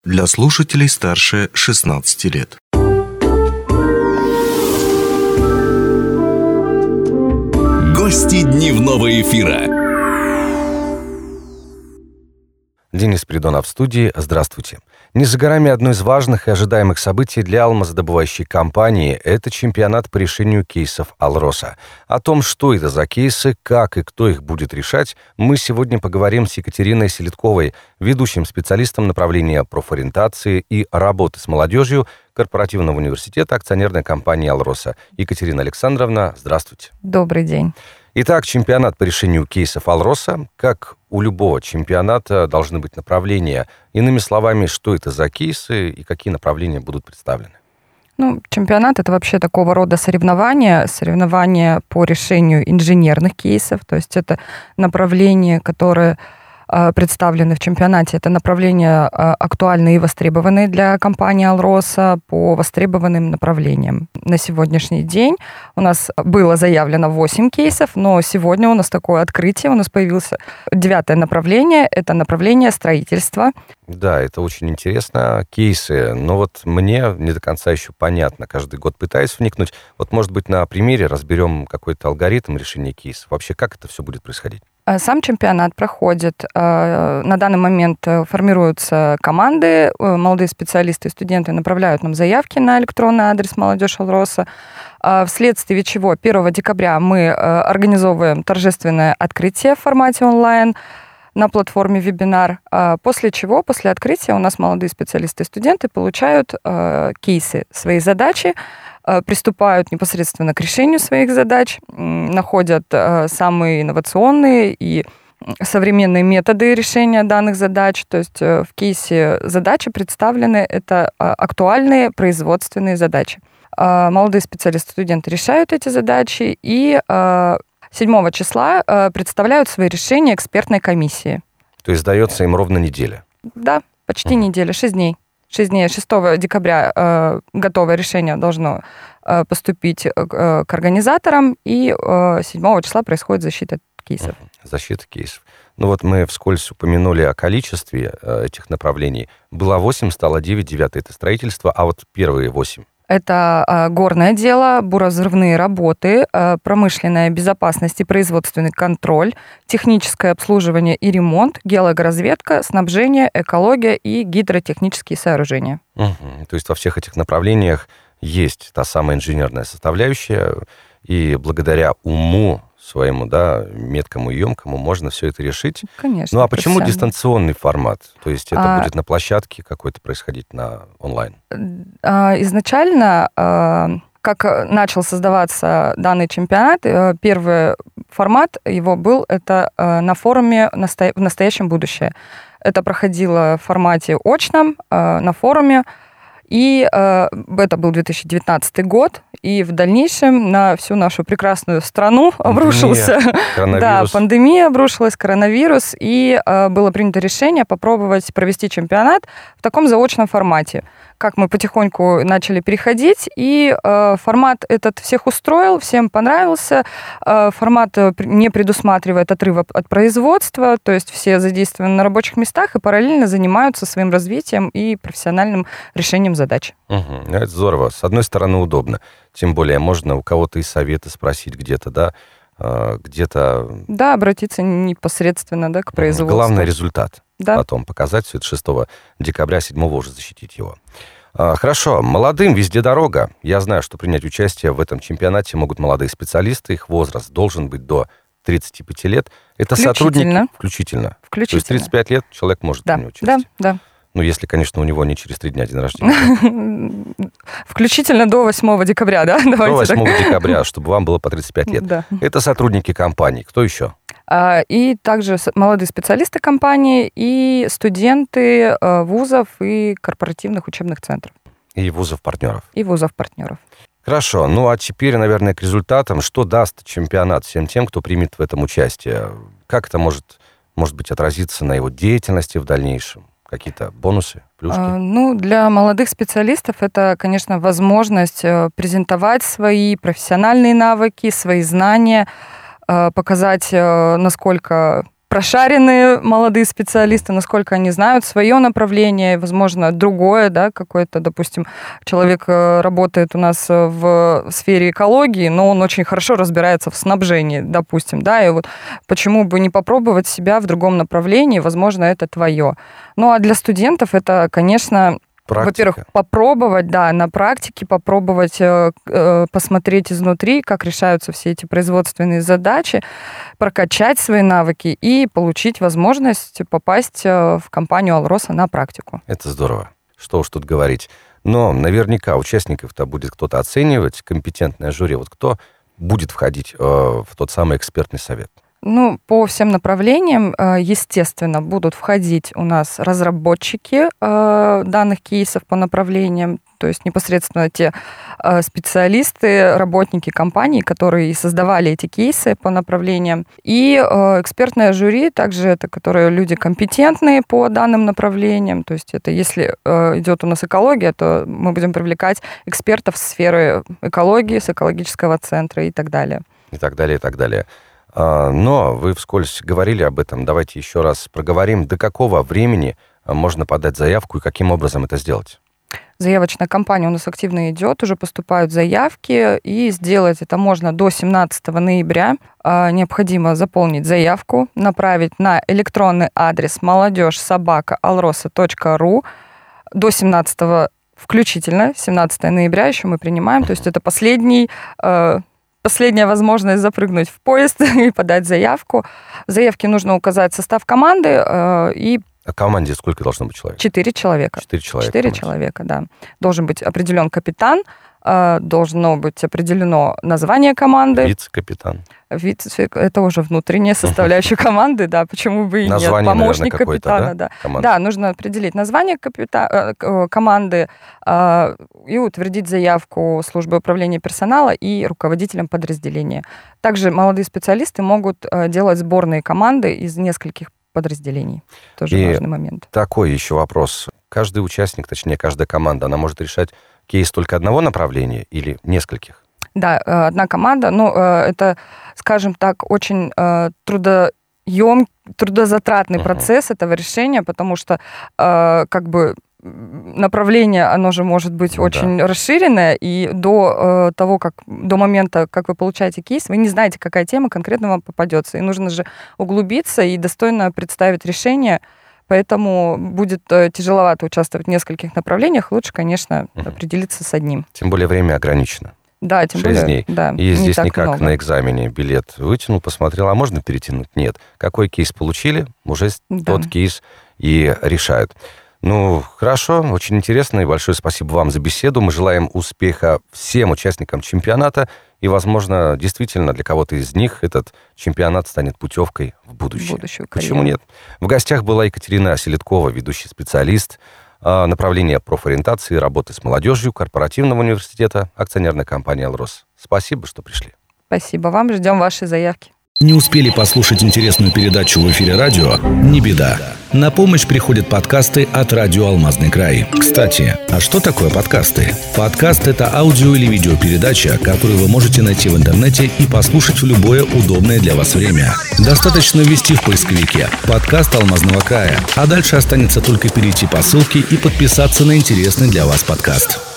Для слушателей старше 16 лет. Гости дневного эфира. Денис Придонов в студии. Здравствуйте. Не за горами одно из важных и ожидаемых событий для алмазодобывающей компании – это чемпионат по решению кейсов «Алроса». О том, что это за кейсы, как и кто их будет решать, мы сегодня поговорим с Екатериной Селедковой, ведущим специалистом направления профориентации и работы с молодежью Корпоративного университета акционерной компании «Алроса». Екатерина Александровна, здравствуйте. Добрый день. Итак, чемпионат по решению кейсов «Алроса». Как у любого чемпионата должны быть направления. Иными словами, что это за кейсы и какие направления будут представлены? Чемпионат — это вообще такого рода соревнования по решению инженерных кейсов. То есть это направления, которые представлены в чемпионате. Это направления актуальные и востребованные для компании «Алроса» по востребованным направлениям. На сегодняшний день у нас было заявлено 8 кейсов, но сегодня у нас такое открытие, у нас появилось 9-е направление, это направление строительства. Да, это очень интересно, кейсы, но вот мне не до конца еще понятно, каждый год пытаюсь вникнуть. Вот, может быть, на примере разберем какой-то алгоритм решения кейсов. Вообще, как это все будет происходить? Сам чемпионат проходит. На данный момент формируются команды, молодые специалисты и студенты направляют нам заявки на электронный адрес «Молодежь Алроса», вследствие чего 1 декабря мы организовываем торжественное открытие в формате онлайн на платформе вебинар, после чего, после открытия у нас молодые специалисты и студенты получают кейсы, свои задачи, приступают непосредственно к решению своих задач, находят самые инновационные и современные методы решения данных задач. То есть в кейсе задачи представлены это актуальные производственные задачи. Молодые специалисты, студенты решают эти задачи и 7 числа представляют свои решения экспертной комиссии. То есть дается им ровно неделя? Да, почти неделя, 6 дней. 6 декабря готовое решение должно поступить к организаторам, и 7 числа происходит защита кейсов. Защита кейсов. Вот мы вскользь упомянули о количестве этих направлений. Было 8, стало 9, 9 это строительство, а вот первые 8? Это горное дело, буровзрывные работы, промышленная безопасность и производственный контроль, техническое обслуживание и ремонт, геологоразведка, снабжение, экология и гидротехнические сооружения. То есть во всех этих направлениях есть та самая инженерная составляющая, и благодаря уму своему, меткому и емкому, можно все это решить. Конечно. А почему дистанционный формат? То есть это будет на площадке какой-то происходить, на онлайн? Изначально, как начал создаваться данный чемпионат, первый формат его был это на форуме «В настоящем будущее». Это проходило в формате очном, на форуме. И это был 2019 год, и в дальнейшем на всю нашу прекрасную страну обрушился... Пандемия обрушилась, коронавирус, и было принято решение попробовать провести чемпионат в таком заочном формате. Как мы потихоньку начали переходить, и формат этот всех устроил, всем понравился. Формат не предусматривает отрыва от производства, то есть все задействованы на рабочих местах и параллельно занимаются своим развитием и профессиональным решением задач. Это здорово. С одной стороны, удобно. Тем более можно у кого-то и советы спросить где-то, где-то... Да, обратиться непосредственно, к производству. Главный результат. Да. Потом показать все это 6 декабря, 7 уже защитить его. Хорошо, молодым везде дорога. Я знаю, что принять участие в этом чемпионате могут молодые специалисты. Их возраст должен быть до 35 лет. Это сотрудники... Включительно. То есть 35 лет человек может принять участие. Да. Если, конечно, у него не через 3 дня день рождения. Включительно до 8 декабря, да? До 8 декабря, чтобы вам было по 35 лет. Да. Это сотрудники компании. Кто еще? И также молодые специалисты компании и студенты вузов и корпоративных учебных центров. И вузов-партнеров. Хорошо. А теперь, наверное, к результатам. Что даст чемпионат всем тем, кто примет в этом участие? Как это может быть, отразиться на его деятельности в дальнейшем? Какие-то бонусы, плюшки? Для молодых специалистов это, конечно, возможность презентовать свои профессиональные навыки, свои знания, показать, насколько прошаренные молодые специалисты, насколько они знают свое направление, возможно, другое, да, какое-то, допустим, человек работает у нас в сфере экологии, но он очень хорошо разбирается в снабжении, допустим, да, и вот почему бы не попробовать себя в другом направлении, возможно, это твое. Ну, а для студентов это, конечно... Во-первых, попробовать, да, на практике попробовать посмотреть изнутри, как решаются все эти производственные задачи, прокачать свои навыки и получить возможность попасть в компанию «Алроса» на практику. Это здорово. Что уж тут говорить. Но наверняка участников-то будет кто-то оценивать, компетентное жюри. Вот кто будет входить в тот самый экспертный совет? Ну, по всем направлениям, естественно, будут входить у нас разработчики данных кейсов по направлениям, то есть непосредственно те специалисты, работники компаний, которые создавали эти кейсы по направлениям. И экспертное жюри, также это, которые люди компетентные по данным направлениям. То есть это если идет у нас экология, то мы будем привлекать экспертов с сферы экологии, с экологического центра и так далее. И так далее, и так далее. Но вы вскользь говорили об этом. Давайте еще раз проговорим, до какого времени можно подать заявку и каким образом это сделать. Заявочная кампания у нас активно идет, уже поступают заявки, и сделать это можно до 17 ноября. Необходимо заполнить заявку, направить на электронный адрес молодежь@alrosa.ru до 17 включительно, 17 ноября еще мы принимаем, то есть это последняя возможность запрыгнуть в поезд и подать заявку. В заявке нужно указать состав команды и... А команде сколько должно быть человек? 4 человека. 4 человека. 4 человека, да. Должен быть определен капитан, должно быть определено название команды. Вице-капитан. Это уже внутренняя составляющая команды, да, почему бы и нет. Помощник капитана, да. Да, нужно определить название команды и утвердить заявку службы управления персонала и руководителям подразделения. Также молодые специалисты могут делать сборные команды из нескольких подразделений. Тоже важный момент. Такой еще вопрос. Каждый участник, точнее, каждая команда, она может решать кейс только одного направления или нескольких? Да, одна команда, но это, скажем так, очень трудозатратный процесс этого решения, потому что как бы направление, оно же может быть очень расширенное, и до момента, как вы получаете кейс, вы не знаете, какая тема конкретно вам попадется, и нужно же углубиться и достойно представить решение. Поэтому будет тяжеловато участвовать в нескольких направлениях. Лучше, конечно, определиться с одним. Тем более время ограничено. Да, тем 6 более. дней. Да, и здесь не как много. на экзамене. Билет вытянул, посмотрел, а можно перетянуть? Нет. Какой кейс получили, уже тот кейс и решают. Ну, хорошо, очень интересно, и большое спасибо вам за беседу. Мы желаем успеха всем участникам чемпионата, и, возможно, действительно для кого-то из них этот чемпионат станет путевкой в будущее. Почему нет? В гостях была Екатерина Селедкова, ведущий специалист направления профориентации, работы с молодежью Корпоративного университета, акционерная компания «Алрос». Спасибо, что пришли. Спасибо вам, ждем вашей заявки. Не успели послушать интересную передачу в эфире радио? Не беда. На помощь приходят подкасты от радио «Алмазный край». Кстати, а что такое подкасты? Подкаст – это аудио- или видеопередача, которую вы можете найти в интернете и послушать в любое удобное для вас время. Достаточно ввести в поисковике «Подкаст Алмазного края», а дальше останется только перейти по ссылке и подписаться на интересный для вас подкаст.